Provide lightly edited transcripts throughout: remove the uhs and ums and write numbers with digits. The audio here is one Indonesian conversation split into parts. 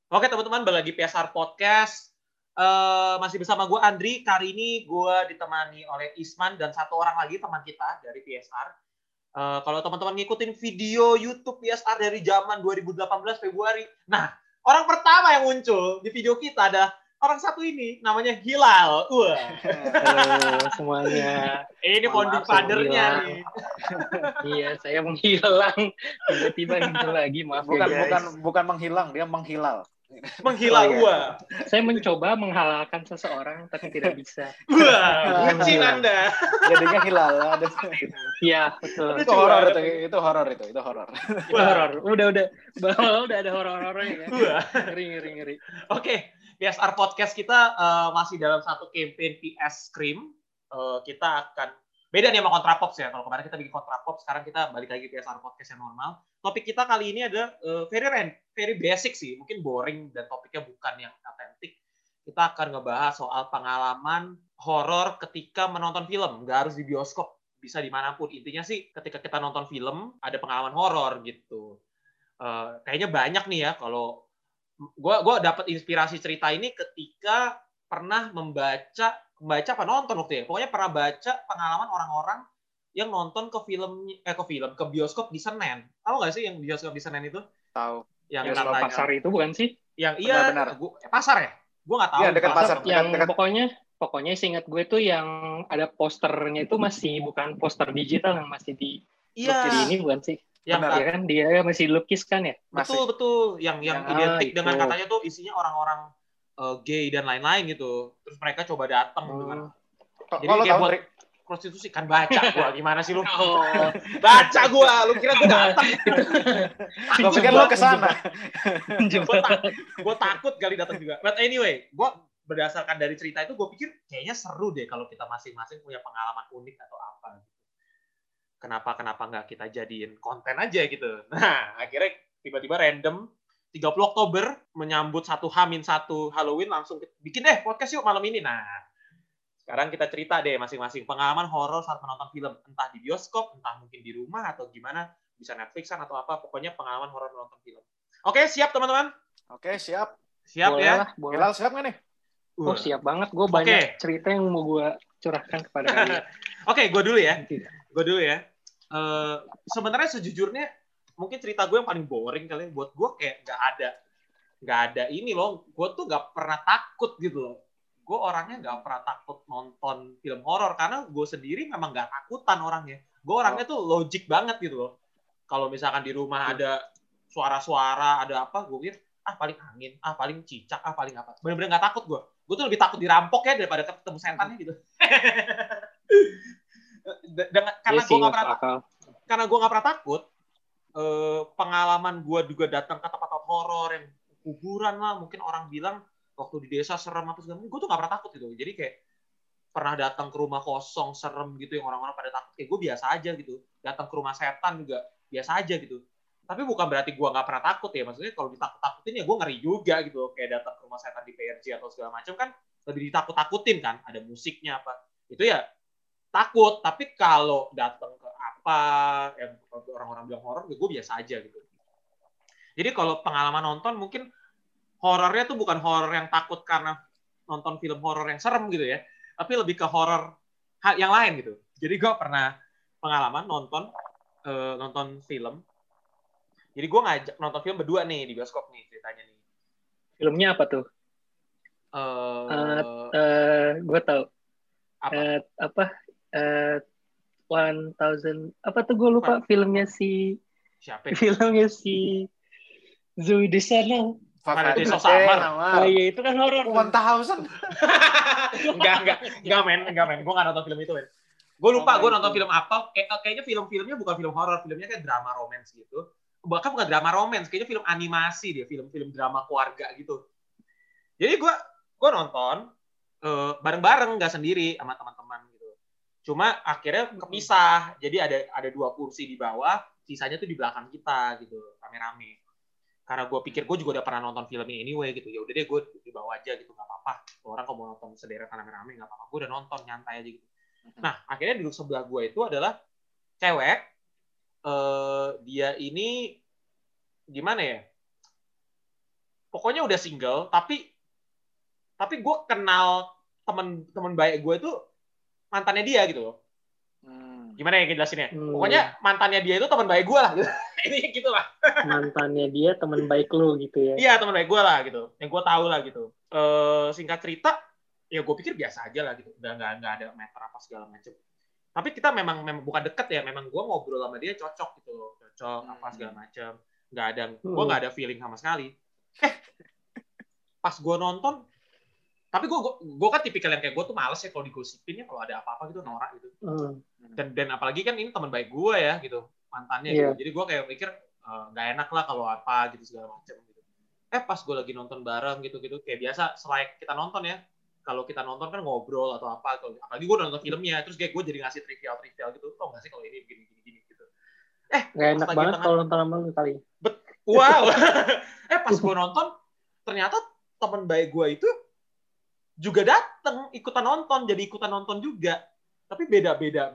Oke teman-teman, balik lagi PSR Podcast. Masih bersama gue Andri. Kali ini gue ditemani oleh Isman dan satu orang lagi teman kita dari PSR. Kalau teman-teman ngikutin video YouTube PSR dari zaman 2018 Februari. Nah, orang pertama yang muncul di video kita ada orang satu ini, namanya Hilal. Wah. Halo semuanya. Ini founding father-nya nih. Iya, saya menghilang. Tiba-tiba muncul lagi, maaf ya guys. Bukan menghilang, dia menghilal. Menghilal, iya. wah. Saya mencoba menghalalkan seseorang, tapi tidak bisa. Wah, bucin Anda. Jadinya hilal. Iya, betul. Itu horor itu horor. Itu horor. Udah. Bahwa udah ada horor-horornya ya. Wah. Ngeri. Oke, PSR Podcast kita masih dalam satu campaign PS Cream. Kita akan beda nih sama Kontrapops ya. Kalau kemarin kita bikin Kontrapops, sekarang kita balik lagi PSR Podcast yang normal. Topik kita kali ini ada very basic sih, mungkin boring dan topiknya bukan yang autentik. Kita akan ngebahas soal pengalaman horor ketika menonton film, nggak harus di bioskop, bisa dimanapun. Intinya sih ketika kita nonton film ada pengalaman horor gitu. Kayaknya banyak nih ya. Kalau gue dapat inspirasi cerita ini ketika pernah membaca apa nonton waktu ya. Pokoknya pernah baca pengalaman orang-orang yang nonton ke bioskop di Senen. Tahu nggak sih yang bioskop di Senen itu? Tahu. Yang katanya pasar itu bukan sih? Yang iya, pasar ya? Gue nggak tahu. Iya, dekat pasar. Yang pokoknya seingat gue tuh yang ada posternya itu masih bukan poster digital, yang masih di ini bukan sih? Yang kan dia masih lukis kan ya? Betul. Yang identik dengan katanya tuh isinya orang-orang gay dan lain-lain gitu. Terus mereka coba datang dengan jadi kayak buat prostitusi. Kan baca gua, gimana sih lu? Baca gua, lu kira gua datang. Gua pikir lu kesana. Gua takut kali datang juga. But anyway, gua berdasarkan dari cerita itu gua pikir kayaknya seru deh kalau kita masing-masing punya pengalaman unik atau apa gitu. Kenapa nggak kita jadiin konten aja gitu. Nah, akhirnya tiba-tiba random 30 Oktober menyambut 1H-1 Halloween langsung bikin deh podcast yuk malam ini. Nah, sekarang kita cerita deh masing-masing pengalaman horor saat menonton film, entah di bioskop, entah mungkin di rumah atau gimana, bisa Netflixan atau apa, pokoknya pengalaman horor menonton film. Oke, siap teman-teman? Oke, siap. Siap boleh ya? Hilal siap nggak nih? Oh, siap banget. Gue banyak cerita yang mau gue curahkan kepada kalian. Oke, gue dulu ya. Sebenarnya sejujurnya mungkin cerita gue yang paling boring kali buat gue, kayak nggak ada ini loh. Gue tuh nggak pernah takut gitu loh. Gue orangnya nggak pernah takut nonton film horor karena gue sendiri memang nggak takutan orangnya. Gue orangnya tuh logik banget gitu loh. Kalau misalkan di rumah ada suara-suara, ada apa, gue pikir paling angin, paling cicak, paling apa. Bener-bener nggak takut gue. Gue tuh lebih takut dirampok ya daripada ketemu setannya gitu. Karena gue nggak pernah takut. Pengalaman gue juga datang ke tempat horor yang kuburan lah, mungkin orang bilang waktu di desa serem apa segala macam, gue tuh nggak pernah takut gitu. Jadi kayak pernah datang ke rumah kosong serem gitu yang orang-orang pada takut, kayak gue biasa aja gitu. Datang ke rumah setan juga biasa aja gitu. Tapi bukan berarti gue nggak pernah takut ya. Maksudnya kalau ditakut-takutin ya gue ngeri juga gitu. Kayak datang ke rumah setan di PRJ atau segala macam kan lebih ditakut-takutin kan. Ada musiknya apa. Itu ya takut. Tapi kalau datang ke apa yang orang-orang bilang horor, gue biasa aja gitu. Jadi kalau pengalaman nonton mungkin horornya tuh bukan horor yang takut karena nonton film horor yang serem gitu ya, tapi lebih ke horor yang lain gitu. Jadi gue pernah pengalaman nonton film. Jadi gue ngajak nonton film berdua nih di bioskop nih ceritanya nih. Filmnya apa tuh? Gue tahu. Apa? 1000 apa tuh gue lupa filmnya si. Siapa? Filmnya si Zoe Deschanel. Oh iya, itu kan horor. 1000. Enggak men. Gue nggak nonton film itu, men. Gue lupa gue nonton film apa. Kayaknya film-filmnya bukan film horor, filmnya kayak drama romance gitu. Bahkan bukan drama romance, kayaknya film animasi dia, film-film drama keluarga gitu. Jadi gue nonton bareng-bareng, nggak sendiri sama teman-teman gitu. Cuma akhirnya kepisah. Jadi ada 2 kursi di bawah, sisanya tuh di belakang kita gitu, rame-rame. Karena gue pikir gue juga udah pernah nonton film ini anyway gitu. Ya udah deh gue di bawah aja gitu, nggak apa-apa. Orang kalau mau nonton sederet rame-rame nggak apa-apa. Gue udah nonton nyantai aja gitu. Nah akhirnya duduk sebelah gue itu adalah cewek. Dia ini gimana ya? pokoknya udah single, tapi gue kenal temen baik gue itu mantannya dia gitu loh. Gimana ya jelasinnya? Pokoknya mantannya dia itu teman baik gue lah. Gitu. Ini gitu lah. Mantannya dia teman baik lu gitu ya? Iya, teman baik gue lah gitu. Yang gue tahu lah gitu. Singkat cerita, ya gue pikir biasa aja lah gitu. Udah nggak ada meter apa segala macam. Tapi kita memang bukan deket ya. Memang gue ngobrol sama dia cocok gitu loh. Cocok apa segala macam. Gue nggak ada feeling sama sekali. Pas gue nonton, tapi gue kan tipikal yang kayak gue tuh males ya kalau digosipin ya kalau ada apa-apa gitu norak gitu. Dan apalagi kan ini teman baik gue ya gitu mantannya gitu. Jadi gue kayak mikir nggak enak lah kalau apa gitu segala macam gitu. Pas gue lagi nonton bareng gitu kayak biasa selain kita nonton ya. Kalau kita nonton kan ngobrol atau apa. Apalagi gue nonton filmnya terus kayak gue jadi ngasih trivial gitu. Tau nggak sih kalau ini gini gitu. Nggak enak banget kalau nonton sama lu kali. Wow. Pas gue nonton ternyata teman baik gue itu juga datang ikutan nonton, jadi ikutan nonton juga. Tapi beda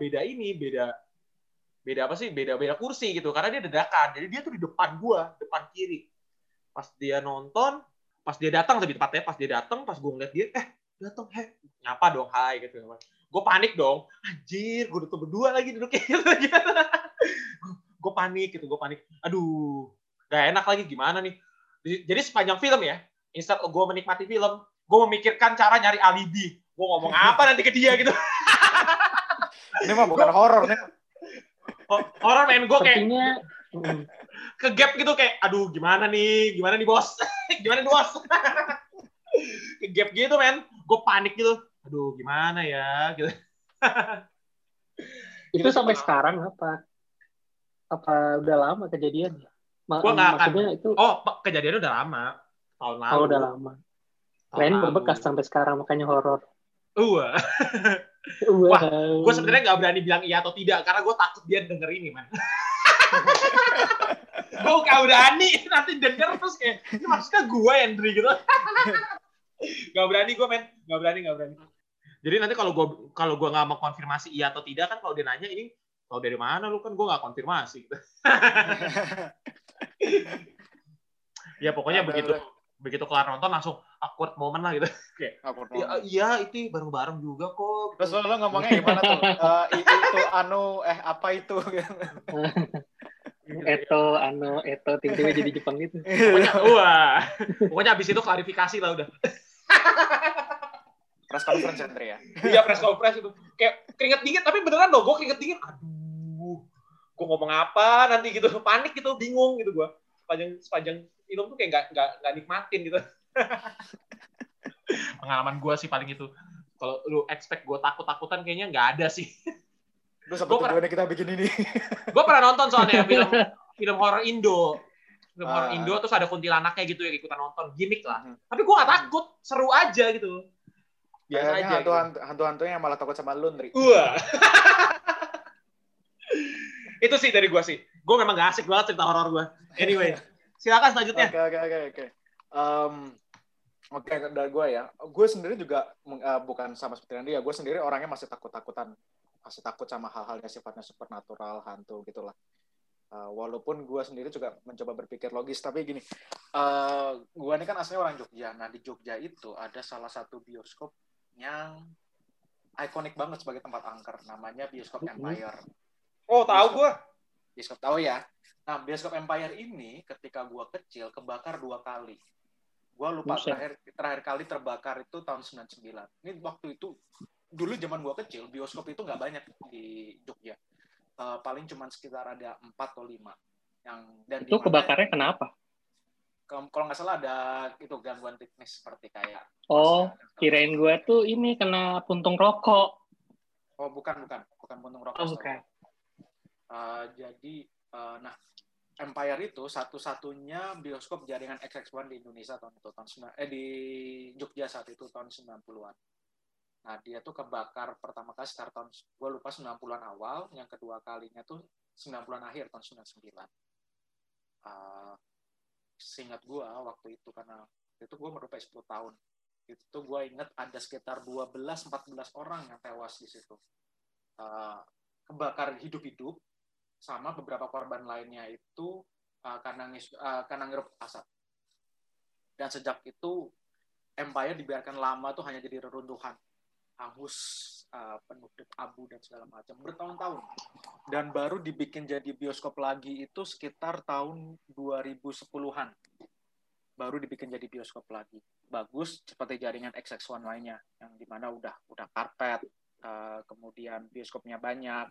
apa sih? Beda kursi gitu karena dia dadakan. Jadi dia tuh di depan gua, depan kiri. Pas dia nonton, pas dia datang lebih tepatnya, pas dia datang, pas gua ngeliat dia, datang, nyapa dong, hai gitu. Gue panik dong. Anjir, gue udah berdua lagi duduknya gitu. Gue panik. Aduh, gak enak lagi gimana nih. Jadi sepanjang film ya, instead gue menikmati film, gue memikirkan cara nyari alibi. Gue ngomong apa nanti ke dia gitu. Ini mah bukan horor nih. Horor main gue kayak ke gap gitu kayak, aduh gimana nih bos. Gimana nih bos. Ke gap gitu men. Gue panik gitu. Aduh gimana ya gitu. Itu sampai sekarang apa udah lama kejadiannya? Gue nggak akan. Itu... kejadiannya udah lama. Tahun lalu. Udah lama. Lain berbekas sampai sekarang makanya horor. Wah, gue sebenarnya nggak berani bilang iya atau tidak karena gue takut dia denger ini, man. Gue nggak berani nanti denger terus kayak ini maksudnya gue Hendry gitu. Nggak berani gue, men. Nggak berani. Jadi nanti kalau gue nggak mau konfirmasi iya atau tidak kan kalau dia nanya ini tahu dari mana lu kan gue nggak konfirmasi. Gitu. Ya pokoknya begitu kelar nonton langsung awkward moment lah gitu. Kayak, iya itu bareng-bareng juga kok. Terus lo ngomongnya gimana tuh? Itu apa itu? Eto, tiba-tiba jadi Jepang gitu. Pokoknya abis itu klarifikasi lah udah. Press conference Andre ya? Iya press conference itu. Kayak keringet dingin, tapi beneran loh gue keringet dingin. Aduh, gue ngomong apa nanti gitu, panik gitu, bingung gitu gue. Sepanjang film tuh kayak nggak nikmatin gitu. Pengalaman gue sih paling itu. Kalau lu expect gue takut-takutan kayaknya nggak ada sih. Lu sampai tujuannya kita bikin ini. Gue pernah nonton soalnya film horor Indo. Film horor Indo terus ada kuntilanaknya gitu yang ikutan nonton, gimmick lah. Tapi gue nggak takut, seru aja gitu. Biasa aja. Hantu-hantunya yang malah takut sama lu, Ndri. Itu sih dari gue sih. Gue memang gak asik banget cerita horor gue. Anyway, silakan selanjutnya. Oke, dari gue ya. Gue sendiri juga bukan sama seperti Andi ya. Gue sendiri orangnya masih takut-takutan. Masih takut sama hal-hal yang sifatnya supernatural, hantu gitulah. Walaupun gue sendiri juga mencoba berpikir logis. Tapi gini, gue ini kan aslinya orang Jogja. Nah, di Jogja itu ada salah satu bioskop yang ikonik banget sebagai tempat angker. Namanya Bioskop Empire. Oh, tahu gue. Bioskop tahu ya. Nah, Bioskop Empire ini ketika gue kecil kebakar 2 kali. Gue lupa terakhir kali terbakar itu tahun 99. Ini waktu itu dulu zaman gue kecil bioskop itu nggak banyak di Jogja. Paling cuma sekitar ada 4 atau 5. Dan itu kebakarnya kenapa? Kalau nggak salah ada itu gangguan teknis seperti kayak. Kirain gue tuh ini kena puntung rokok. Oh bukan puntung rokok. Bukan. Jadi Empire itu satu-satunya bioskop jaringan XX1 di Indonesia di Jogja saat itu tahun 90-an. Nah, dia tuh kebakar pertama kali sekitar tahun, gue lupa 90-an awal, yang kedua kalinya tuh 90-an akhir tahun 99. Seingat gue waktu itu, karena itu gue merupakan 10 tahun. Itu gue ingat ada sekitar 12-14 orang yang tewas di situ. Kebakar hidup-hidup, sama beberapa korban lainnya itu karena ngirup asap. Dan sejak itu Empire dibiarkan lama tuh hanya jadi reruntuhan, hangus, penuh abu dan segala macam bertahun-tahun. Dan baru dibikin jadi bioskop lagi itu sekitar tahun 2010-an. Baru dibikin jadi bioskop lagi. Bagus seperti jaringan XX1 lainnya, yang dimana udah karpet, kemudian bioskopnya banyak.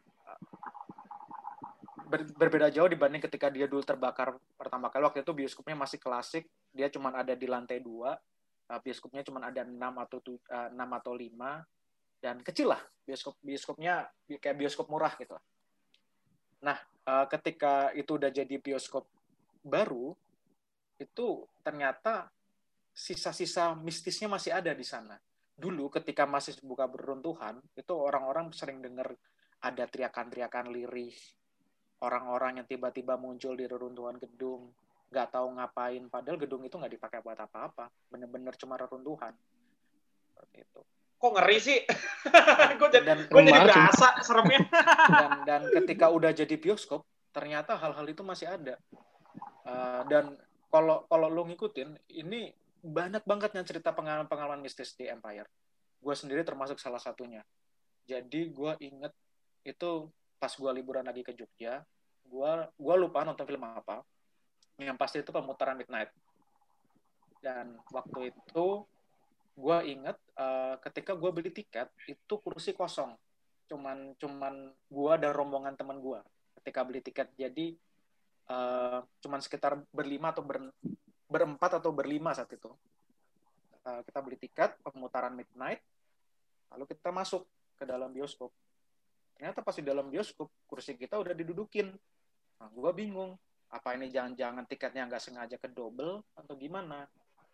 Berbeda jauh dibanding ketika dia dulu terbakar pertama kali. Waktu itu bioskopnya masih klasik, dia cuma ada di lantai 2. Bioskopnya cuma ada 6 atau 5 dan kecil lah bioskopnya kayak bioskop murah gitu. Nah, ketika itu udah jadi bioskop baru, itu ternyata sisa-sisa mistisnya masih ada di sana. Dulu ketika masih buka beruntuhan, itu orang-orang sering dengar ada teriakan-teriakan lirih, orang-orang yang tiba-tiba muncul di reruntuhan gedung, nggak tahu ngapain, padahal gedung itu nggak dipakai buat apa-apa, bener-bener cuma reruntuhan. Seperti itu. Kok ngeri sih? Gue jadi berasa seremnya. Dan ketika udah jadi bioskop, ternyata hal-hal itu masih ada. Dan kalau lo ngikutin, ini banyak banget yang cerita pengalaman mistis di Empire. Gue sendiri termasuk salah satunya. Jadi gue inget itu pas gue liburan lagi ke Jogja, gue lupa nonton film apa. Yang pasti itu pemutaran Midnight. Dan waktu itu gue inget ketika gue beli tiket itu kursi kosong. Cuman gue dan rombongan teman gue ketika beli tiket. Jadi cuman sekitar berlima atau berempat atau berlima saat itu. Kita beli tiket pemutaran Midnight, lalu kita masuk ke dalam bioskop. Ternyata pas di dalam bioskop kursi kita udah didudukin. Nah, gue bingung. Apa ini jangan-jangan tiketnya nggak sengaja kedouble atau gimana?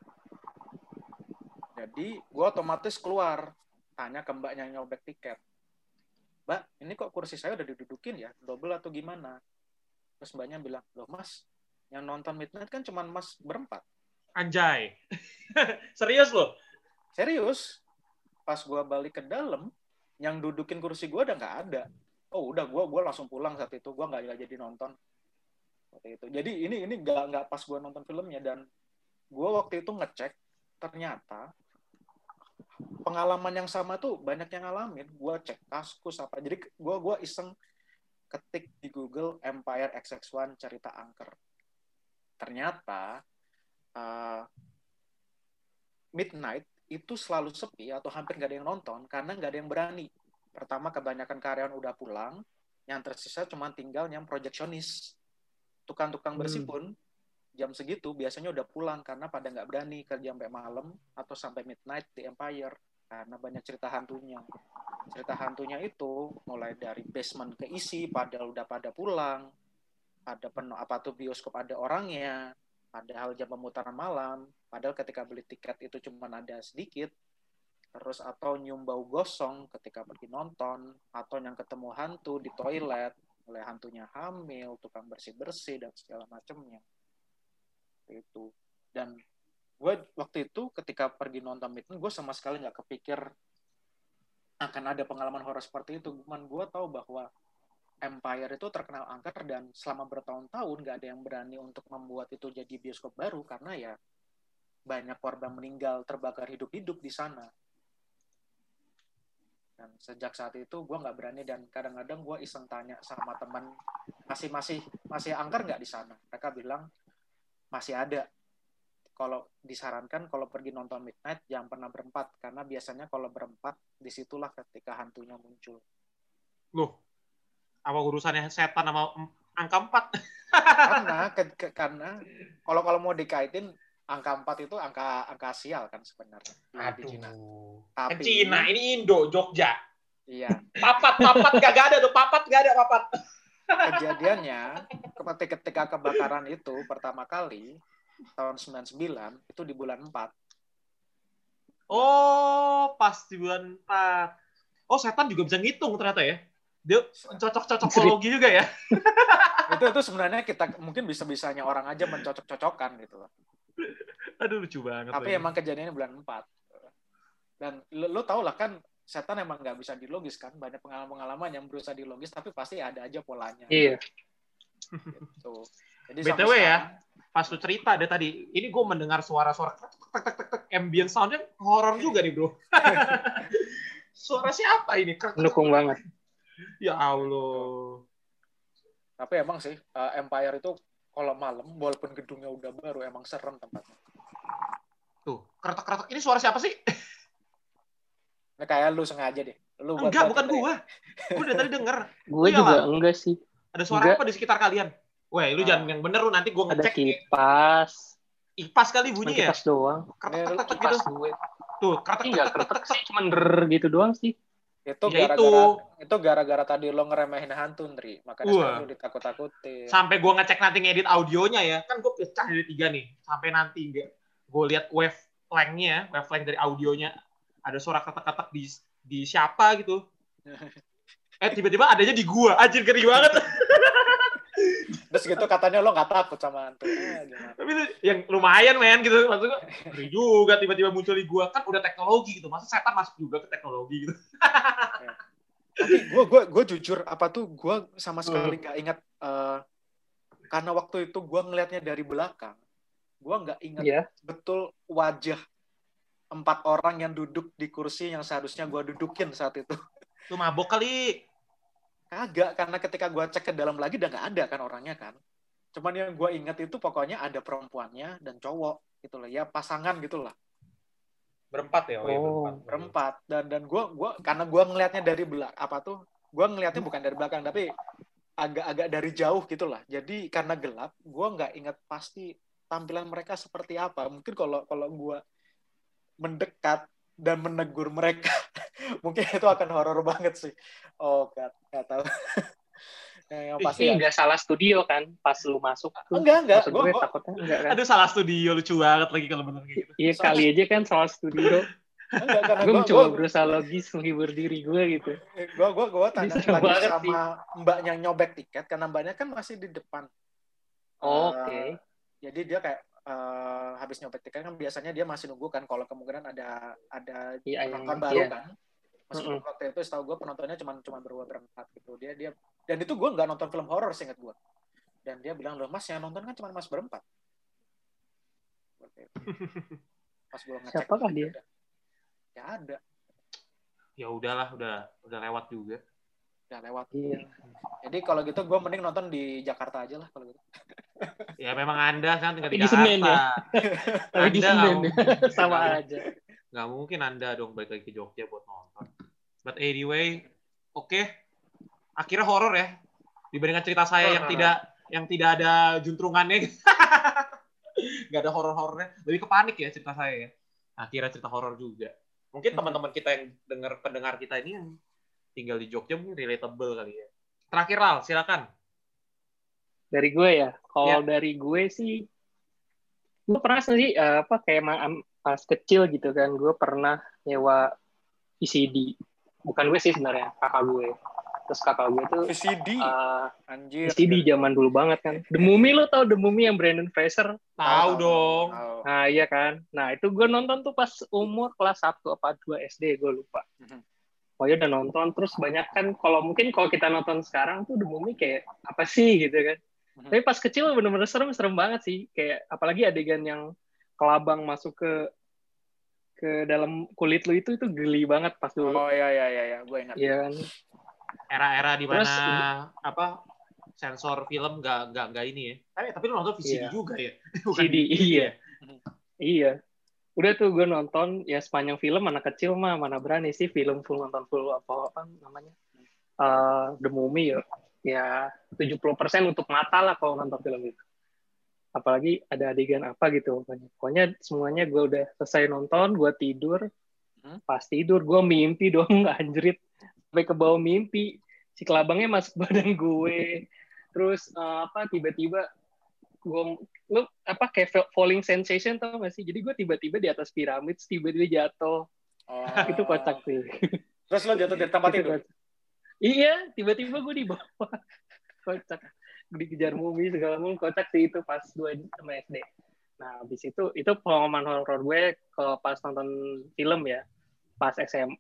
Jadi gue otomatis keluar, tanya ke mbaknya yang nyobek tiket. Mbak, ini kok kursi saya udah didudukin ya, double atau gimana? Terus mbaknya bilang, loh mas, yang nonton Midnight kan cuma mas berempat. Anjay. Serius loh? Serius. Pas gue balik ke dalam, yang dudukin kursi gue udah nggak ada. Oh udah, gue langsung pulang saat itu, gue nggak jadi nonton. Waktu itu. Jadi ini nggak pas gue nonton filmnya, dan gue waktu itu ngecek ternyata pengalaman yang sama tuh banyak yang ngalamin. Gue cek Kaskus apa, jadi gue iseng ketik di Google Empire XX1 cerita angker. Ternyata Midnight itu selalu sepi atau hampir nggak ada yang nonton karena nggak ada yang berani. Pertama, kebanyakan karyawan udah pulang, yang tersisa cuma tinggal yang projectionist. Tukang-tukang bersih pun jam segitu biasanya udah pulang karena pada nggak berani kerja sampai malam atau sampai midnight di Empire karena banyak cerita hantunya. Cerita hantunya itu mulai dari basement keisi padahal udah pada pulang, ada penuh apa tuh bioskop ada orangnya, padahal jam pemutaran malam, padahal ketika beli tiket itu cuma ada sedikit. Terus atau nyium bau gosong ketika pergi nonton, atau yang ketemu hantu di toilet, mulai hantunya hamil, tukang bersih-bersih, dan segala macamnya. Itu. Dan gue waktu itu ketika pergi nonton Midnight, gue sama sekali nggak kepikir akan ada pengalaman horor seperti itu. Cuman gue tahu bahwa Empire itu terkenal angker dan selama bertahun-tahun nggak ada yang berani untuk membuat itu jadi bioskop baru karena ya banyak korban meninggal terbakar hidup-hidup di sana. Dan sejak saat itu gue nggak berani, dan kadang-kadang gue iseng tanya sama teman, masih angker nggak di sana? Mereka bilang masih ada. Kalau disarankan kalau pergi nonton Midnight jangan pernah berempat karena biasanya kalau berempat disitulah ketika hantunya muncul. Loh, apa urusannya setan sama angka 4? Karena kalau mau dikaitin angka 4 itu angka sial kan sebenarnya di Cina. Tapi Cina ini Indo, Jogja. Iya. Papat gak ada tuh, papat. Kejadiannya ketika kebakaran itu pertama kali tahun 99 itu di bulan 4. Oh, pas di bulan 4. Oh, setan juga bisa ngitung ternyata ya. Dia cocok-cocokologi juga ya. Itu sebenarnya kita mungkin bisa-bisanya orang aja mencocok-cocokkan gitu loh. Aduh, lucu banget. Tapi emang kejadiannya bulan 4. Dan lo tau lah kan, setan emang nggak bisa dilogis kan. Banyak pengalaman-pengalaman yang berusaha dilogis, tapi pasti ada aja polanya. Iya. Gitu. Jadi BTW ya, pas lu cerita deh tadi, ini gue mendengar suara-suara tek ambient soundnya horor juga nih bro. Suara siapa ini? Mendukung banget. Ya Allah. Tapi emang sih Empire itu kalau malam walaupun gedungnya udah baru emang serem tempatnya. Tuh, kretek-kretek ini suara siapa sih? Nah, kayak lu sengaja deh. Lu enggak, bukan gua. Gua udah tadi denger. Gue juga enggak sih. Ada suara apa di sekitar kalian? Weh, lu jangan yang bener lu, nanti gua ngecek. Ada kipas. Kipas kali bunyi ya? Kipas doang. Kretek-kretek gitu. Tuh, kretek-kretek sih cuma gitu doang sih. Itu gara-gara tadi lo ngeremehin hantu, Ndri. Makanya sekarang lo ditakut-takutin. Sampai gua ngecek nanti ngedit audionya ya. Kan gua pecah dari 3 nih. Sampai nanti gua lihat wavelength-nya, wavelength dari audionya. Ada suara kretek-kretek di siapa gitu. Tiba-tiba adanya di gua. Anjir, ngeri banget. Terus gitu katanya lo nggak takut sama hantu. Tapi itu yang lumayan men gitu. Maksudnya ngeri juga tiba-tiba muncul di gua. Kan udah teknologi gitu. Masa setan masuk juga ke teknologi gitu. Tapi gue jujur gue sama sekali nggak ingat karena waktu itu gue ngelihatnya dari belakang. Gue nggak ingat betul wajah 4 orang yang duduk di kursi yang seharusnya gue dudukin saat itu. Lu mabok kali. Kagak, karena ketika gue cek ke dalam lagi udah nggak ada kan orangnya kan. Cuman yang gue ingat itu pokoknya ada perempuannya dan cowok gitu lah, ya pasangan gitulah. Berempat ya? Berempat. Dan gue karena gue ngelihatnya dari belakang, gue ngelihatnya bukan dari belakang tapi agak-agak dari jauh gitulah. Jadi karena gelap, gue nggak ingat pasti tampilan mereka seperti apa. Mungkin kalau gue mendekat dan menegur mereka, mungkin itu akan horor banget sih. Oh, nggak tahu. Yang pasti nggak salah studio kan pas lu masuk tuh. Enggak. Gue takutnya enggak kan. Aduh, salah studio, lucu banget lagi kalau bener gitu. Iya, kali aja kan salah studio. Enggak, karena gue mencoba berusaha logis menghibur diri gue gitu. Gue tanya lagi sama mbaknya nyobek tiket karena mbaknya kan masih di depan. Oke. Jadi dia kayak habis nyobek tiket kan biasanya dia masih nunggu kan kalau kemungkinan ada penonton baru kan. Meskipun waktu itu setahu gue penontonnya cuma berempat gitu. Dia dan itu gue nggak nonton film horor seingat gue. Dan dia bilang, loh mas yang nonton kan cuma mas berempat. Pas gue ngecek. Siapakah dia? Ya ada. Ya udahlah, udah lewat juga. Udah lewat. Iya. Jadi kalau gitu gue mending nonton di Jakarta aja lah kalau gitu. Ya memang Anda kan tinggal di Jakarta. Senin ya. Tapi di Senin ya. Sama aja. Nggak mungkin Anda dong balik lagi ke Jogja buat nonton. But anyway, oke. Akhirnya horor ya. Dibandingkan cerita saya yang tidak ada juntrungannya. Nggak ada horor-horornya. Lebih ke panik ya cerita saya ya. Akhirnya cerita horor juga. Mungkin teman-teman kita yang pendengar kita ini yang tinggal di Jogja mungkin relatable kali ya. Terakhir Ral, silakan. Dari gue ya. Kalau dari gue sih, gue pernah sih kayak pas kecil gitu kan, gue pernah nyewa VCD. Bukan gue sih sebenarnya, kakak gue. Terus kakak gue tuh VCD, anjir. VCD zaman dulu banget kan. The Mummy, lo tau The Mummy yang Brandon Fraser? Tahu dong. Nah iya kan. Nah itu gue nonton tuh pas umur kelas 1 apa 2 SD, gue lupa. Pokoknya udah nonton, terus banyak kan, kalau kita nonton sekarang tuh The Mummy kayak apa sih gitu kan. Tapi pas kecil bener-bener serem banget sih. Kayak apalagi adegan yang kelabang masuk ke dalam kulit lu itu geli banget pas dulu. Oh iya, gue ingat. Iya kan. Era-era di mana sensor film nggak ini ya. Tapi lu nonton VCD juga ya. VCD iya. Iya. Udah tuh gue nonton ya sepanjang film, anak kecil mah mana berani sih film nonton full apa namanya. The Mummy ya 70% untuk mata lah kalau nonton film itu. Apalagi ada adegan apa gitu. Pokoknya semuanya gue udah selesai nonton, gue tidur. Pas tidur gue mimpi dong, anjrit. Sampai ke bawah mimpi. Si kelabangnya masuk badan gue. Terus tiba-tiba lu kayak falling sensation tau gak sih? Jadi gue tiba-tiba di atas piramid, tiba-tiba jatuh. Itu kocak sih. Terus lo jatuh dari tempat tidur? Iya, tiba-tiba gue di bawah. Kocak. Dikejar movie segala macam, kocak sih itu pas 2 sama SD. Nah, habis itu pengalaman horor gue kalau pas nonton film ya. Pas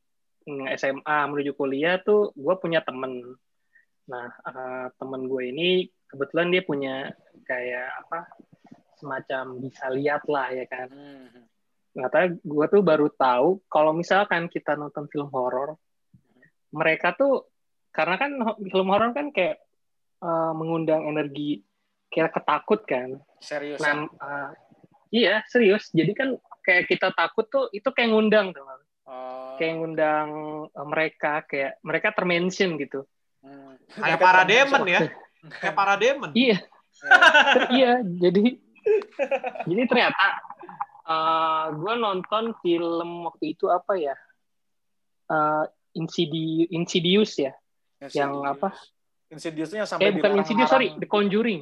SMA menuju kuliah tuh gue punya temen. Nah, temen gue ini kebetulan dia punya kayak semacam bisa lihat lah ya kan. Nggak tahu, gue tuh baru tahu kalau misalkan kita nonton film horor, mereka tuh karena kan film horor kan kayak mengundang energi kayak ketakut kan. Serius. Nah, iya serius. Jadi kan kayak kita takut tuh itu kayak ngundang tuh. Kayak ngundang mereka, kayak mereka termention gitu. Kayak parademon ya. Kayak parademon. Iya. Iya, jadi ternyata gue nonton film waktu itu apa ya? Insidious ya. Yang apa? Insidious-nya sampai bukan Insidious, sorry, The Conjuring.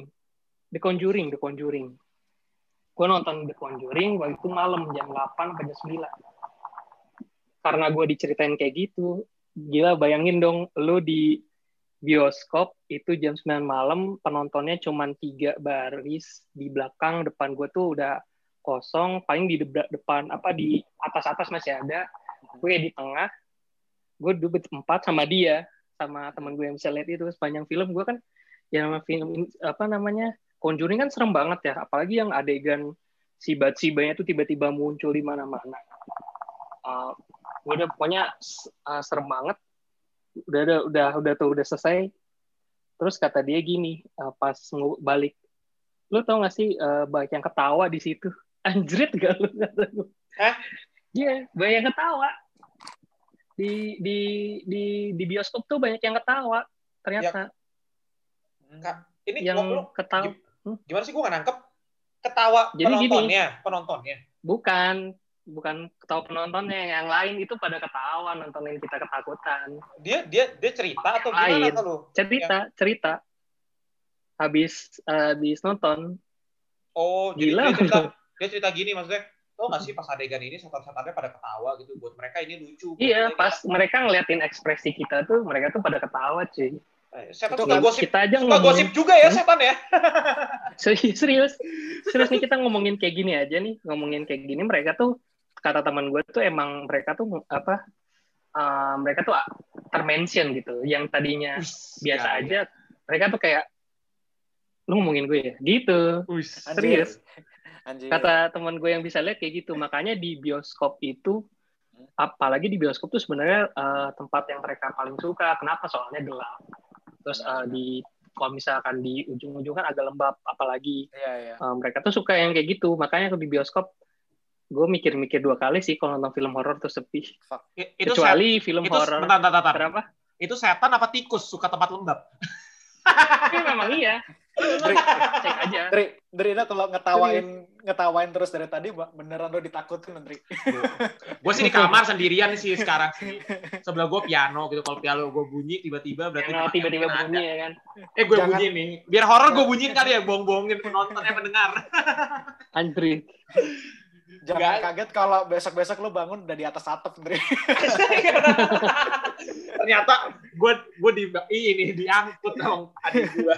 Gue nonton The Conjuring waktu itu malam jam 8 sampai jam 9. Karena gue diceritain kayak gitu, gila bayangin dong, lu di bioskop itu jam 9 malam, penontonnya cuma 3 baris, di belakang, depan gue tuh udah kosong, paling di depan, di atas-atas masih ada, gue di tengah, gue duduk berempat sama dia, sama teman gue yang bisa lihat itu, sepanjang film gue kan, ya nama film, Conjuring kan serem banget ya, apalagi yang adegan si Batsibanya tuh tiba-tiba muncul di mana-mana. Gue udah pokoknya serem banget. Udah selesai. Terus kata dia gini, pas balik, lu tau gak sih banyak yang ketawa di situ? Anjrit gak lu? Hah? Iya, banyak yang ketawa. Di bioskop tuh banyak yang ketawa ternyata. Ya. Ini yang ketawa. Gimana sih, gue nggak nangkep? Ketawa jadi penontonnya? Bukan ketawa penontonnya, yang lain itu pada ketawa nontonin kita ketakutan. Dia cerita atau gimana kalau? Cerita. Habis nonton. Oh, gila. Dia cerita gini maksudnya. Tau nggak sih pas adegan ini setan-setannya pada ketawa gitu, buat mereka ini lucu. Iya, pas mereka ngeliatin ekspresi kita tuh, mereka tuh pada ketawa cuy. Setan suka gosip, kita aja gosip juga ya setan ya. Serius nih, kita ngomongin kayak gini aja nih, mereka tuh, kata teman gue tuh emang mereka tuh mereka tuh termention gitu, yang tadinya biasa aja, mereka tuh kayak, lu ngomongin gue ya gitu. Serius. Anjir. Kata teman gue yang bisa lihat kayak gitu, makanya di bioskop itu, apalagi di bioskop tuh sebenarnya tempat yang mereka paling suka. Kenapa? Soalnya gelap. Terus kalau misalkan di ujung-ujung kan agak lembab, apalagi mereka tuh suka yang kayak gitu. Makanya di bioskop gue mikir-mikir 2 kali sih kalau nonton film horor tuh sepi. Kecuali film horor. Bentar. Kenapa? Itu setan apa tikus suka tempat lembab? Memang iya. Cek aja. Dri, kalau ngetawain terus dari tadi, beneran lo ditakutin, Dri. Gue sih di kamar sendirian sih sekarang sih. Sebelah gue piano gitu. Kalau piano gue bunyi tiba-tiba berarti tiba-tiba bunyi ya kan. Gue bunyi nih. Biar horor gue bunyiin kali ya, bohong-bohongin penontonnya pendengar. Andri. Jangan kaget kalau besok-besok lo bangun udah di atas atap, Dri. Ternyata gue diangkut dong adik gue.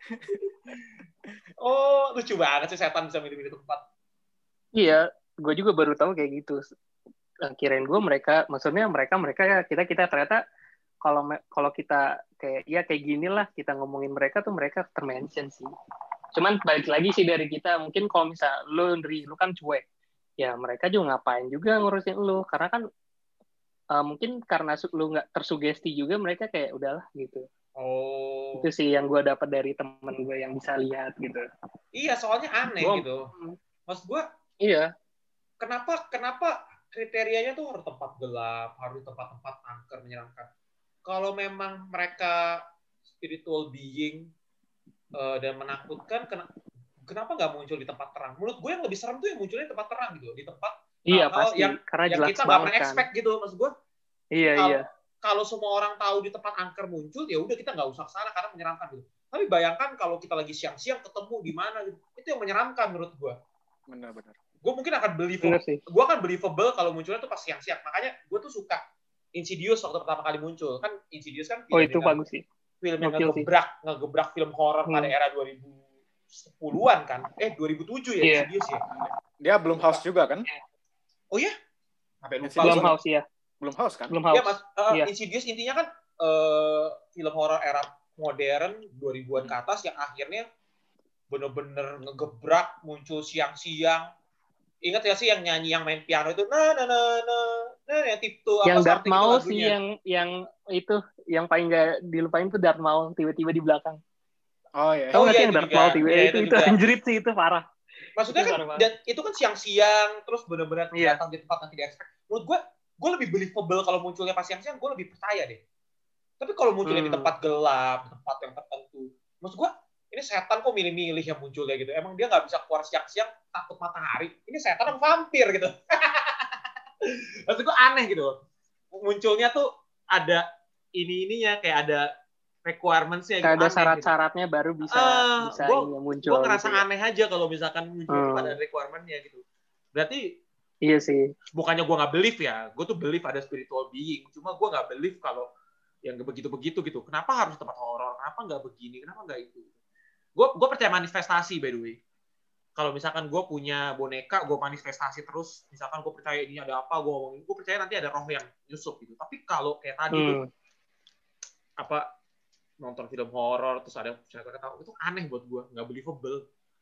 Oh, lucu banget sih setan bisa milih-milih tempat. Iya, gue juga baru tahu kayak gitu. Kirain gue mereka kita ternyata kalau kita kayak gini lah kita ngomongin mereka tuh mereka termention sih. Cuman balik lagi sih dari kita, mungkin kalau misal lu kan cuek, ya mereka juga ngapain juga ngurusin lu, karena kan mungkin karena lu nggak tersugesti juga, mereka kayak udahlah gitu. Oh. Itu sih yang gue dapat dari temen gue yang bisa lihat gitu. Iya, soalnya aneh gitu. Maksud gue, iya. Kenapa kriterianya tuh harus tempat gelap, harus tempat-tempat angker menyeramkan. Kalau memang mereka spiritual being dan menakutkan, kenapa nggak muncul di tempat terang? Menurut gue yang lebih serem tuh yang munculnya di tempat terang gitu, di tempat pasti. yang kita nggak pernah expect gitu, maksud gue. Iya. Kalau semua orang tahu di tempat angker muncul, ya udah kita nggak usah ke sana karena menyeramkan gitu. Tapi bayangkan kalau kita lagi siang-siang ketemu di mana gitu, itu yang menyeramkan menurut gue. Benar. Gue mungkin akan believable kalau munculnya tuh pas siang-siang. Makanya gue tuh suka Insidious waktu pertama kali muncul. Kan Insidious kan film itu bagus sih. Film yang ngegebrak film horor pada era 2010-an kan. 2007 ya Insidious ya. Dia Blumhouse juga kan? Oh ya? Blumhouse ya. Blumhouse kan? Iya, Mas. Insidious intinya kan film horor era modern 2000-an ke atas yang akhirnya bener-bener ngegebrak, muncul siang-siang. Ingat ya sih yang nyanyi, yang main piano itu, yang tip tuh Yang apa Darth something itu Maul sih lagunya. yang itu yang paling gak dilupain tuh Darth Maul tiba-tiba di belakang. Oh iya. Tahu nggak sih iya yang itu Darth juga. Maul tiba Iya, itu juga. anjrit sih itu parah. Maksudnya Itu kan parah banget. dan itu kan siang-siang terus benar-benar Iya. datang di tempat yang tidak expect. Menurut gue lebih believable kalau munculnya pas siang-siang, gue lebih percaya deh. Tapi kalau munculnya di tempat gelap, tempat yang tertentu, maksud gue ini setan kok milih-milih yang munculnya gitu. Emang dia nggak bisa keluar siang-siang takut matahari. Ini setan apa vampir gitu. Maksud gue aneh gitu. Munculnya tuh ada ininya kayak ada requirements-nya gitu, Kayak ada aneh syarat-syaratnya gitu. baru bisa ini muncul. Gue ngerasa gitu ya. aneh aja kalau misalkan muncul pada requirement-nya gitu. Berarti iya sih. Bukannya gue nggak believe ya, gue tuh believe ada spiritual being. Cuma gue nggak believe kalau yang begitu-begitu gitu. Kenapa harus tempat horor? Kenapa nggak begini? Kenapa nggak itu? Gue percaya manifestasi by the way. Kalau misalkan gue punya boneka, gue manifestasi terus. Misalkan gue percaya ini ada apa, gue ngomongin. Gue percaya nanti ada roh yang nyusup gitu. Tapi kalau kayak tadi tuh apa nonton film horor terus ada cerita ketawa itu aneh buat gue, nggak believable.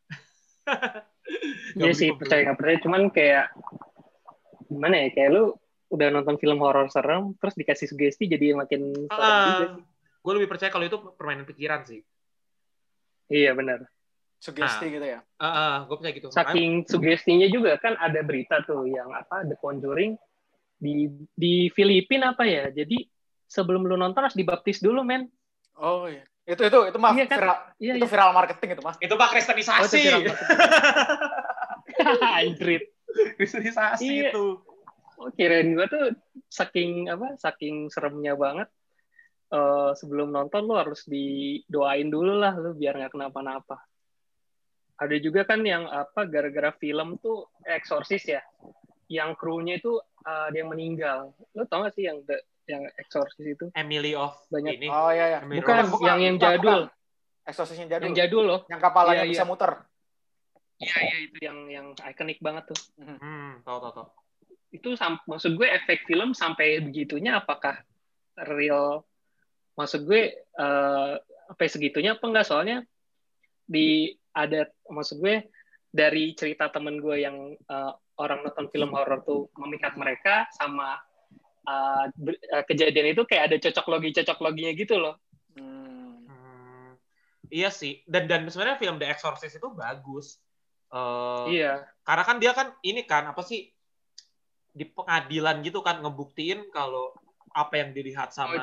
Iya sih percaya nggak percaya, cuman kayak gimana ya, kayak lu udah nonton film horor serem terus dikasih sugesti jadi makin serem juga sih. Gue lebih percaya kalau itu permainan pikiran sih. Iya benar. Sugesti gitu ya. Gue percaya gitu. Saking sugestinya juga kan ada berita tuh yang apa The Conjuring di Filipina apa ya. Jadi sebelum lu nonton harus dibaptis dulu, men. Oh iya. Itu mah iya, kan? viral. Iya, itu viral marketing itu mah. Itu mah kristenisasi. Oh, itu viral marketing. Anjrit. Kristenisasi iya. itu. Oh, kirain gue tuh saking seremnya banget. Sebelum nonton lu harus didoain dulu lah lu biar nggak kenapa-napa. Ada juga kan yang apa gara-gara film tuh Exorcist ya, yang krunya itu ada yang meninggal. Lu tau gak sih yang Exorcist itu? Emily of banyak. Ini. Oh iya. Bukan yang jadul. Exorcist yang jadul. Yang jadul loh. Yang kapalnya bisa muter. Iya itu yang ikonik banget tuh. Tahu. Itu maksud gue efek film sampai begitunya apakah real? Maksud gue sampai segitunya apa enggak, soalnya maksud gue dari cerita temen gue yang orang nonton film horor tuh memikat mereka sama kejadian itu kayak ada cocok loginya gitu loh. Iya sih, dan sebenarnya film The Exorcist itu bagus. Iya. Karena kan dia kan ini kan apa sih di pengadilan gitu kan ngebuktiin kalau apa yang dilihat sama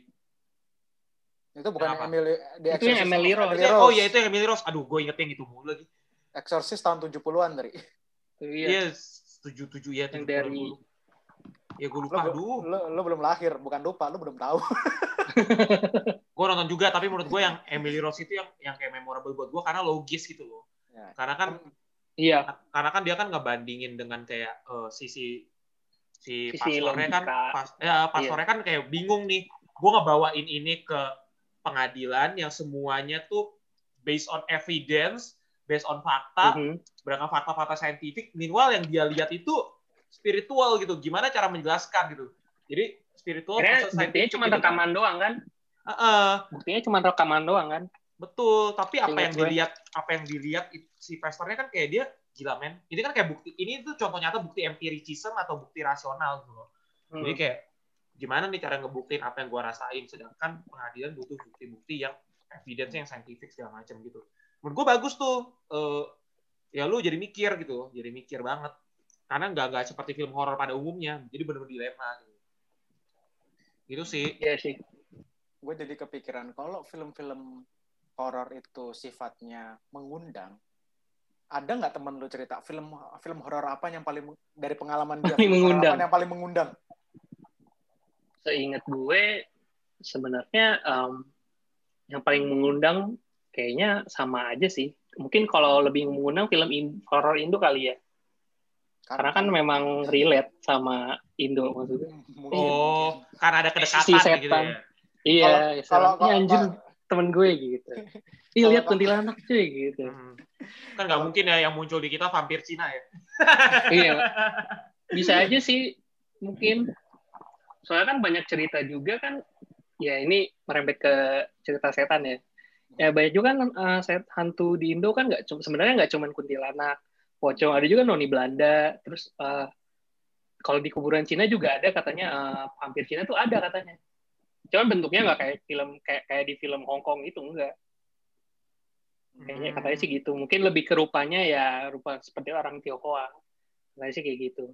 itu bukan Emily, itu yang Emily Rose. Oh iya itu yang Emily Rose. Aduh, gue ingetin itu mulu lagi. Exorcist tahun 70-an dari. Iya, 77 ya. Yang dari. Ya gue lupa. Lo belum lahir, bukan lupa, lo belum tahu. Gue nonton juga, tapi menurut gue yang Emily Rose itu yang kayak memorable buat gue karena logis gitu loh. Ya. Karena kan dia kan ngebandingin dengan kayak si pastornya kan pastornya kan kayak bingung nih. Gue ngebawain ini ke pengadilan yang semuanya tuh based on evidence, based on fakta, berdasarkan fakta-fakta saintifik. Meanwhile yang dia lihat itu spiritual gitu. Gimana cara menjelaskan gitu. Jadi spiritual buktinya cuma rekaman doang kan? Buktinya cuma rekaman doang kan? Betul, tapi apa yang dilihat si pastornya kan kayak dia gila men. Ini kan kayak bukti, ini tuh contoh nyata bukti empiricism atau bukti rasional gitu loh. Jadi kayak gimana nih cara ngebuktiin apa yang gue rasain, sedangkan pengadilan butuh bukti-bukti yang evidence yang saintifik segala macam gitu. Menurut gue bagus tuh, ya lu jadi mikir gitu, jadi mikir banget. Karena nggak seperti film horor pada umumnya, jadi benar-benar dilema gitu. Gitu sih. Iya sih. Gue jadi kepikiran kalau film-film horor itu sifatnya mengundang, ada nggak temen lu cerita film horor apa yang paling dari pengalaman dia yang paling mengundang? Seingat gue sebenarnya yang paling mengundang kayaknya sama aja sih. Mungkin kalau lebih mengundang film horor Indo kali ya. Karena kan memang relate sama Indo maksudnya. Oh, karena ada kedekatan si setan. Gitu ya. Iya, kalau anjir temen gue gitu. Lihat kuntilanak cuy gitu. Kan nggak mungkin ya yang muncul di kita vampir Cina ya. Iya. Bisa aja sih mungkin. Soalnya kan banyak cerita juga kan, ya ini merembet ke cerita setan ya, Ya banyak juga kan set hantu di Indo kan sebenarnya nggak cuma kuntilanak, pocong, ada juga noni Belanda. Terus kalau di kuburan Cina juga ada katanya vampir Cina tuh ada katanya. Cuman bentuknya nggak kayak film kayak di film Hong Kong itu enggak. Kayaknya katanya sih gitu. Mungkin lebih ke rupanya ya rupa seperti orang Tionghoa. Katanya sih kayak gitu.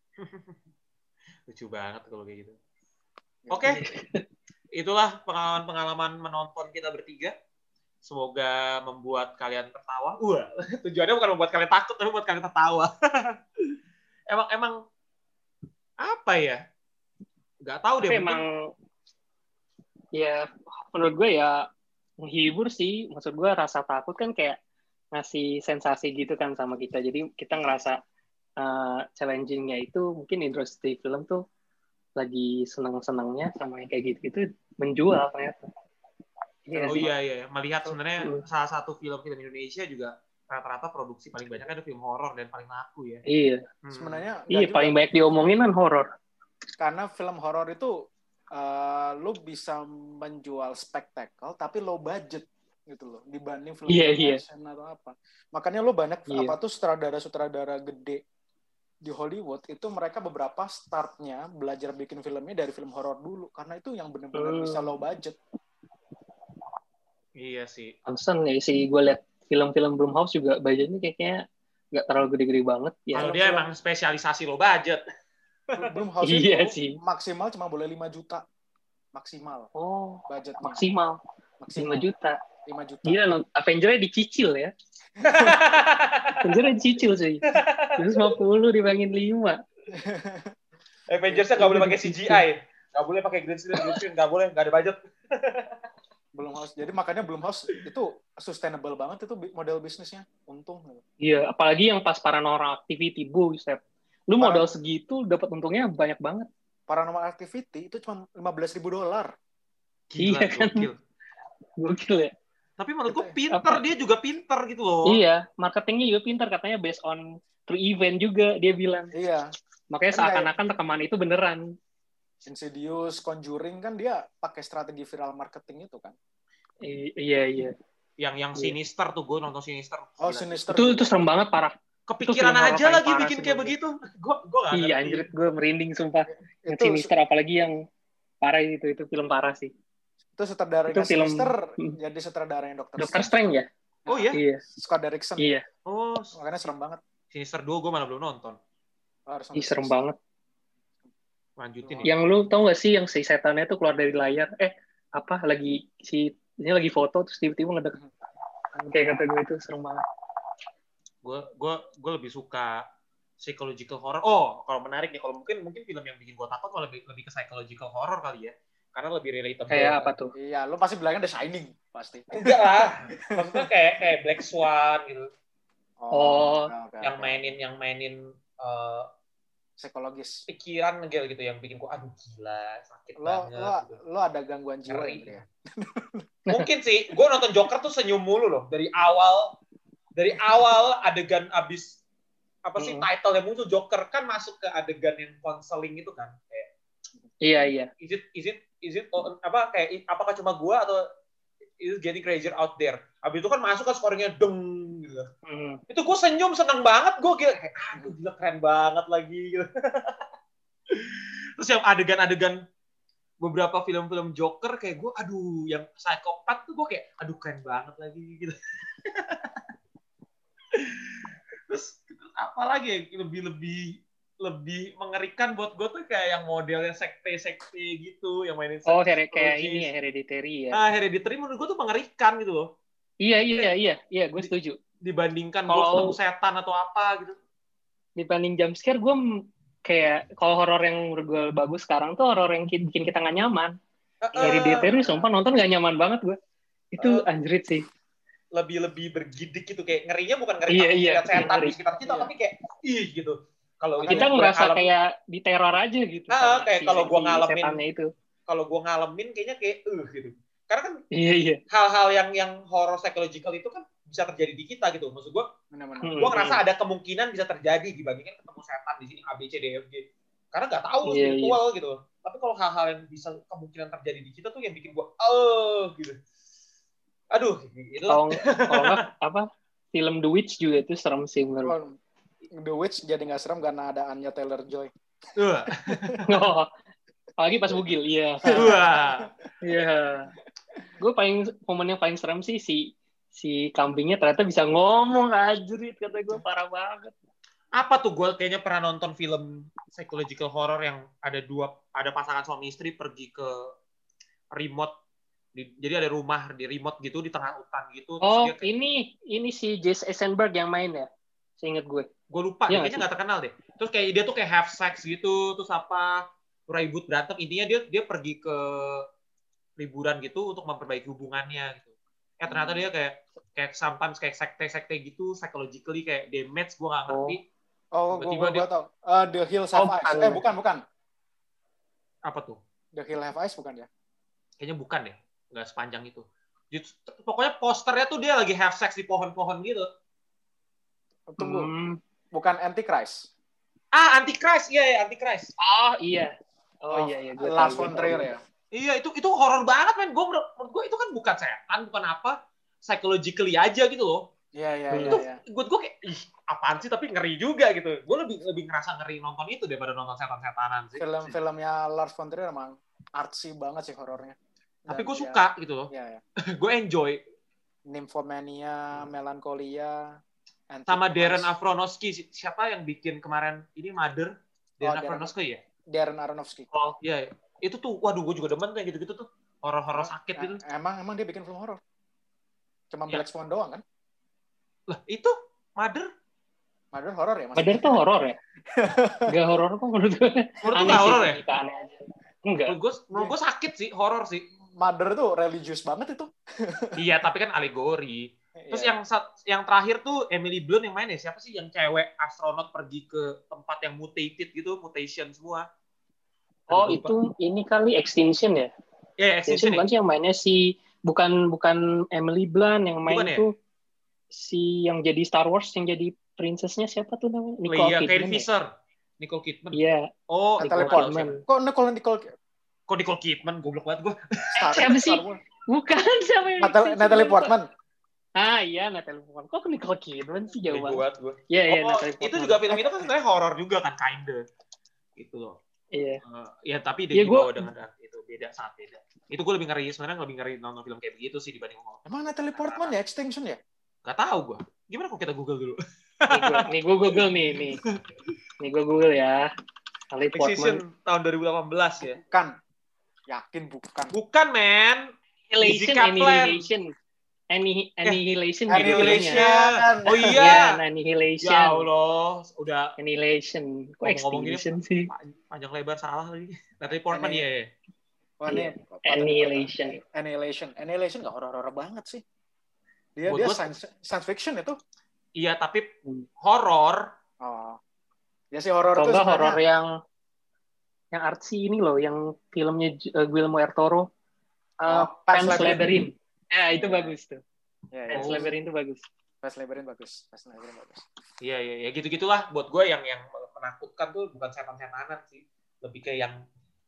Lucu banget kalau kayak gitu. Oke. Itulah pengalaman-pengalaman menonton kita bertiga. Semoga membuat kalian tertawa. Tujuannya bukan membuat kalian takut, tapi membuat kalian tertawa. emang apa ya? Gak tahu deh. Tapi emang ya menurut gue ya menghibur sih. Maksud gue rasa takut kan kayak ngasih sensasi gitu kan sama kita. Jadi kita ngerasa challenging-nya itu mungkin industri film tuh lagi senang-senangnya sama yang kayak gitu-gitu menjual ternyata. Iya. Melihat sebenarnya salah satu film-film Indonesia juga rata-rata produksi paling banyak ada film horor dan paling laku ya. Iya. Sebenarnya iya paling banyak diomongin kan horor. Karena film horor itu lo bisa menjual spektakel tapi low budget gitu loh dibanding film action atau apa. Makanya lo banyak sutradara-sutradara gede di Hollywood itu mereka beberapa startnya belajar bikin filmnya dari film horor dulu karena itu yang benar-benar bisa low budget. Iya sih. Pantesan ya sih gue liat film-film Blumhouse juga budgetnya kayaknya nggak terlalu gede-gede banget. Ya. Kalau dia emang spesialisasi low budget. Blumhouse itu maksimal cuma boleh 5 juta. Maksimal. Oh, budgetnya. Maksimal. 5 juta. 5 juta. Gila, Avenger-nya dicicil ya. Avenger-nya dicicil sih. 150 dibangin 5. Avengers-nya nggak boleh pakai CGI. Nggak boleh pakai green screen. Nggak boleh, nggak ada budget. Blumhouse. Jadi makanya Blumhouse itu sustainable banget itu model bisnisnya. Untung. Iya, apalagi yang pas Paranormal Activity, buset. Lu modal segitu dapat untungnya banyak banget. Paranormal Activity itu cuma $15,000. Gila, iya kan? Gokil ya. Tapi menurut gue pinter, dia juga pinter gitu loh. Iya, marketingnya juga pinter. Katanya based on true event juga, dia bilang. Iya. Makanya seakan-akan rekaman itu beneran. Insidious, Conjuring kan dia pakai strategi viral marketing itu kan. Iya. Yang Sinister tuh, gue nonton Sinister. Oh, Sinister. Itu serem banget, parah. Kepikiran aja lagi bikin kayak begitu. Gue gak ngerti. Iya, anjir, gue merinding sumpah. Yang Sinister apalagi yang parah itu film parah sih. Itu sutradaranya Sinister jadi sutradaranya Dr. Strange ya? Oh iya? Iya. Scott Derrickson. Iya. Oh, makanya serem banget. Sinister 2 gue malah belum nonton. Serem banget. Lanjutin ya. Yang lu tau gak sih yang si setannya tuh keluar dari layar? Ini lagi foto terus tiba-tiba ngedek. Kayak kata gue itu serem banget. Gue lebih suka psychological horror. Oh, kalau menarik nih, kalau mungkin film yang bikin gue takut kalau lebih ke psychological horror kali ya. Karena lebih relatable. Kayak apa tuh? Iya, lu pasti bilangnya The Shining pasti. Enggak lah. Maksudnya kayak Black Swan gitu. Yang mainin psikologis. Pikiran gitu yang bikin gua aduh gila, sakit banget. Lo ada gangguan jiwa ya? Mungkin sih. Gua nonton Joker tuh senyum mulu loh dari awal adegan abis apa sih title yang muncul Joker kan masuk ke adegan yang counseling itu kan kayak. Iya. Is it kayak apakah cuma gua atau is it getting crazier out there? Habis itu kan masuk kan scoringnya deng gitu. Itu gue senyum seneng banget, gue kayak aduh gila keren banget lagi gitu. Terus yang adegan-adegan beberapa film-film Joker kayak gue aduh yang psikopat tuh gue kayak aduh keren banget lagi gitu. Terus apa lagi yang lebih mengerikan buat gue tuh kayak yang modelnya sekte-sekte gitu, yang mainin kayak ini ya, Hereditary ya. Hereditary menurut gue tuh mengerikan gitu loh. Iya, gue setuju. Dibandingkan gue ketemu setan atau apa gitu. Dibanding jump scare, gue kayak kalau horor yang menurut gue bagus sekarang tuh horor yang bikin kita nggak nyaman. Hereditary sumpah nonton nggak nyaman banget gue. Itu anjrit sih. Lebih bergidik gitu, kayak ngerinya bukan ngeri lihat setan di sekitar kita, tapi kayak gitu. Kalau kita ngerasa kayak diteror aja gitu. Kayak kalau gue ngalamin kayaknya kayak gitu. Karena kan hal-hal yang horror psychological itu kan bisa terjadi di kita gitu. Maksud gue, gue ngerasa ada kemungkinan bisa terjadi dibandingkan ketemu setan di sini A B C D F G. Karena nggak tahu spiritual gitu. Tapi kalau hal-hal yang bisa kemungkinan terjadi di kita tuh yang bikin gue gitu. Aduh, itu Kalau nggak apa film The Witch juga itu serem sih menurut. Oh, The Witch jadi nggak serem karena ada Anya Taylor-Joy. Oh, apalagi pas bugil, iya. Wah. Iya. Gue momen yang paling serem sih si kambingnya ternyata bisa ngomong, anjrit, kata gue parah banget. Apa tuh, gue kayaknya pernah nonton film psychological horror yang ada pasangan suami istri pergi ke remote, jadi ada rumah di remote gitu di tengah hutan gitu. Terus Oh, dia kayak, ini si Jesse Eisenberg yang main ya? Seingat gue. gue lupa deh, Iya kayaknya nggak terkenal deh. Terus kayak dia tuh kayak have sex gitu, terus apa ribut berantem. Intinya dia pergi ke liburan gitu untuk memperbaiki hubungannya gitu. Ternyata dia kayak sometimes kayak sekte-sekte gitu, psychologically kayak damage, gue nggak ngerti. Oh, Tiba-tiba gue dia tau. The Hills Have Eyes. Bukan. apa tuh? The Hills Have Eyes bukan ya? Kayaknya bukan deh, nggak sepanjang itu. Pokoknya posternya tuh dia lagi have sex di pohon-pohon gitu. Tunggu, bukan Antichrist. Antichrist, iya Antichrist. Oh iya. Oh iya gue Lars tahu. von Trier ya. Iya, itu horor banget, men. Menurut gue itu kan bukan setan, bukan apa, psychologically aja gitu loh. Iya. Itu gue kayak, apaan sih, tapi ngeri juga gitu. Gue lebih ngerasa ngeri nonton itu daripada nonton setan-setanan sih. Film-filmnya Lars von Trier emang artsy banget sih horornya. Tapi gue suka gitu loh. Iya. Gue enjoy. Nymphomania, Melancholia, sama Darren Aronofsky. Siapa yang bikin kemarin ini Mother? Darren Aronofsky ya? Darren Aronofsky. Oh iya. Itu tuh, waduh, gue juga demen kayak gitu-gitu tuh. Horor-horor sakit gitu. Emang dia bikin film horor. Cuma Black Swan doang kan? Lah, itu Mother horor ya? Mother tuh horor ya? Gak horor kok menurut gue. Menurut gue horor ya? Aneh aja. Enggak. Menurut gue sakit sih, horor sih. Mother tuh religius banget itu. Iya, tapi kan alegori. Terus yang terakhir tuh Emily Blunt yang main ya, siapa sih yang cewek astronot pergi ke tempat yang mutated gitu, mutation semua. Oh, itu ini kali Extinction ya? Ya, Extinction bukan sih yang mainnya bukan Emily Blunt yang main tuh si yang jadi Star Wars yang jadi princessnya siapa tuh namanya? Nicole Kidman. Carrie Fisher. Nicole Kidman. Iya. Oh, Nicole Kidman. Kok Nicole Kidman, goblok banget gue. Siapa sih? Bukan siapa yang Natalie Portman. Iya, Natalie Portman. Kok Nicole Kidman sih jauh banget? Iya, Natalie Portman. Itu juga film itu kan sebenarnya horor juga kan, kinda. Gitu loh. Iya. Ya tapi dibawa dengan itu sangat beda. Itu gue lebih ngeri nonton film kayak begitu sih dibanding ngomong. Emang Natalie Portman ya Extinction ya? Gak tahu gue. Gimana kalau kita Google dulu? Nih gue Google nih. Nih gue Google ya. Natalie Portman tahun 2018 ya. Kan. Yakin bukan. Bukan, men. Annihilation. Oh iya. Annihilation. Ya Allah, udah Annihilation. Kok Extinction sih? Panjang lebar salah lagi. Natalie Portman ya. Oh, ini Annihilation nggak horor-horor banget sih. Dia science fiction itu. Iya, tapi horor. Oh. Ya sih horor itu sebenarnya horor yang artsy ini loh, yang filmnya Guillermo del Toro. Pan's Labyrinth. Ya, itu bagus tuh. Pan's Labyrinth itu bagus. Pan's Labyrinth bagus. Iya, gitu-gitulah buat gue yang menakutkan tuh bukan setan-setanan sih. Lebih kayak yang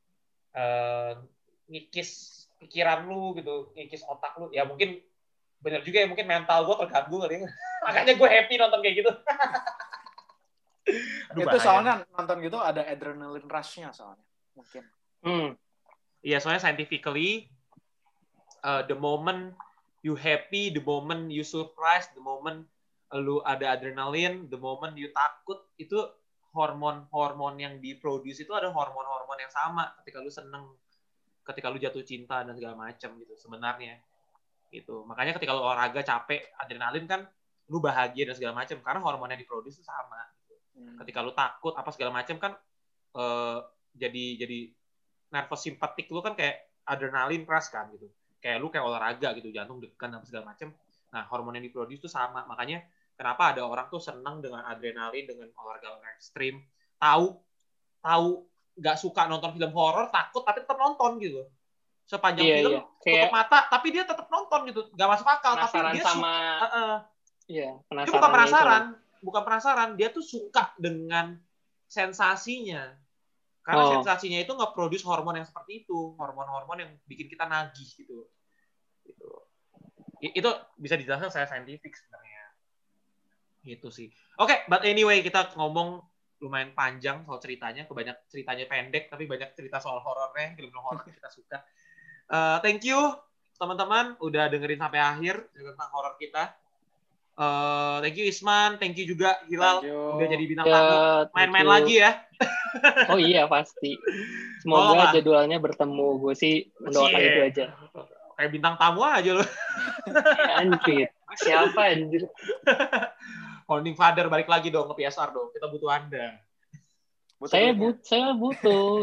ngikis pikiran lu gitu, ngikis otak lu. Ya mungkin benar juga ya, mungkin mental gue terganggu kali ya. Makanya gue happy nonton kayak gitu. Aduh, itu bahaya. Soalnya nonton gitu ada adrenaline rush-nya soalnya. Mungkin. Iya, soalnya scientifically the moment you happy, the moment you surprise, the moment lu ada adrenalin, the moment you takut, itu hormon yang diproduce itu ada hormon-hormon yang sama ketika lu seneng, ketika lu jatuh cinta dan segala macam gitu sebenarnya. Gitu. Makanya ketika lu olahraga capek, adrenalin kan lu bahagia dan segala macam karena hormon yang diproduce itu sama. Ketika lu takut apa segala macam kan jadi nervous simpatik lu kan kayak adrenalin keras kan gitu. Kayak lu kayak olahraga gitu, jantung deg-degan dan segala macam. Nah, hormon yang diproduksi itu sama. Makanya kenapa ada orang tuh senang dengan adrenalin, dengan olahraga ekstrim. Tahu nggak suka nonton film horor, takut tapi tetap nonton gitu. Sepanjang film tutup mata, tapi dia tetap nonton gitu. Nggak masuk akal, tapi dia sama dia bukan penasaran, dia tuh suka dengan sensasinya. Karena sensasinya itu nge-produce hormon yang seperti itu. Hormon-hormon yang bikin kita nagih gitu. Itu bisa dijelaskan saya saintifik sebenarnya. Gitu sih. Oke, but anyway kita ngomong lumayan panjang soal ceritanya, kebanyak ceritanya pendek tapi banyak cerita soal horornya, film horor kita suka. Thank you teman-teman udah dengerin sampai akhir tentang horor kita. Thank you Isman, thank you juga Hilal udah jadi bintang tamu. Main-main lagi ya. Oh iya pasti. Semoga jadwalnya bertemu. Gue sih mendoakan itu aja. Kayak bintang tamu aja lo. Anjir. Siapa anjir? Founding Father balik lagi dong ke PSR dong. Kita butuh Anda. Saya butuh.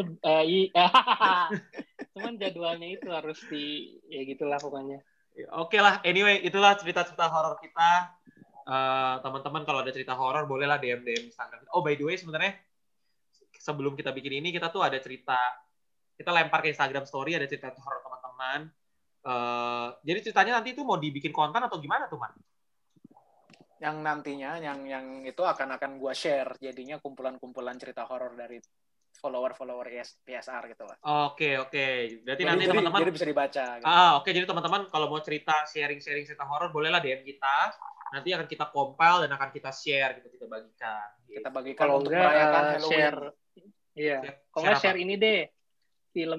Cuman jadwalnya itu harus ya gitulah pokoknya. Oke lah. Anyway, itulah cerita-cerita horor kita. Teman-teman kalau ada cerita horor bolehlah DM Instagram. Oh by the way sebenarnya sebelum kita bikin ini kita tuh ada cerita. Kita lempar ke Instagram Story ada cerita horor teman-teman. Jadi ceritanya nanti itu mau dibikin konten atau gimana tuh, Man? Yang nantinya yang itu akan gua share jadinya kumpulan-kumpulan cerita horor dari follower PSR gitu lah. Oke. Berarti nanti teman-teman jadi bisa dibaca gitu. Oke. Jadi teman-teman kalau mau sharing cerita horor bolehlah DM kita. Nanti akan kita compile dan akan kita share gitu, kita bagikan. Kita bagikan kalau untuk merayakan Halloween. Share. Iya. Kalau nggak share ini deh. Film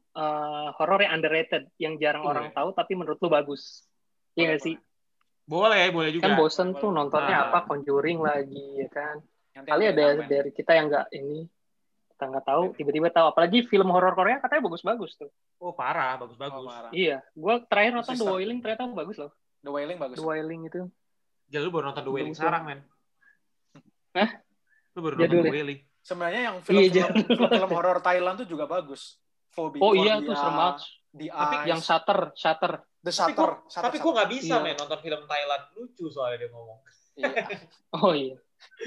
horor yang underrated yang jarang orang tahu tapi menurut lu bagus. Iya nggak sih? Boleh juga. Kan bosen tuh nontonnya apa Conjuring lagi ya kan. Kali ada dari kita yang nggak ini kita nggak tahu tiba-tiba tahu. Apalagi film horor Korea katanya bagus-bagus tuh. Oh parah, bagus. Iya, gue terakhir nonton The Wailing ternyata bagus loh. The Wailing bagus. The Wailing itu. Jadi lu baru nonton The Wailing sekarang, men? Hah? Lu baru nonton The Wailing. Sebenarnya yang film horor Thailand tuh juga bagus. Oh iya tuh serem banget. Tapi yang Shutter. The Shutter. Tapi gue nggak bisa men nonton film Thailand, lucu soalnya dia ngomong. Iya. Oh iya.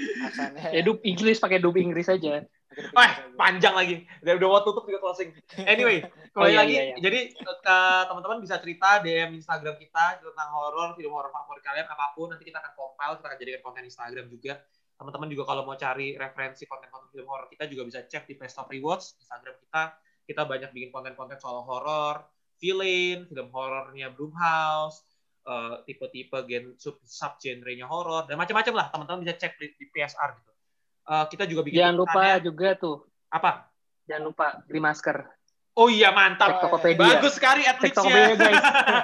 Ya dub Inggris pakai dub Inggris aja. Panjang lagi. Udah mau tutup juga closing. Anyway, kembali lagi. Iya. Jadi teman-teman bisa cerita DM Instagram kita tentang horor, film horor favorit kalian apapun. Nanti kita akan compile, kita akan jadikan konten Instagram juga. Teman-teman juga kalau mau cari referensi konten-konten film horor kita juga bisa cek di Pestop Rewards Instagram kita. Kita banyak bikin konten-konten soal horor, villain, film horornya Blumhouse, tipe-tipe sub-genre-nya horor, dan macam-macam lah. Teman-teman bisa cek di PSR gitu. Kita juga bikin... Jangan lupa juga tuh. Apa? Jangan lupa beli masker. Oh iya, mantap. Bagus sekali adlibsnya. Guys.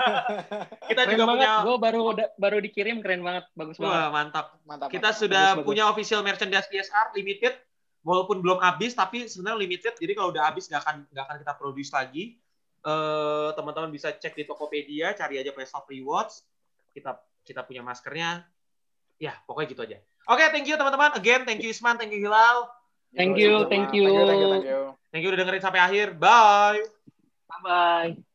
Kita keren juga banget. punya... Gue baru dikirim, keren banget. Bagus banget. Wah, mantap. Kita sudah punya official merchandise PSR, limited. Walaupun belum habis, tapi sebenarnya limited. Jadi kalau udah habis nggak akan kita produce lagi. Teman-teman bisa cek di Tokopedia, cari aja Pestop Rewards. Kita punya maskernya. Ya, pokoknya gitu aja. Oke, thank you teman-teman. Again, thank you Isman, thank you Hilal. Thank you. Thank you udah dengerin sampai akhir. Bye. Bye-bye.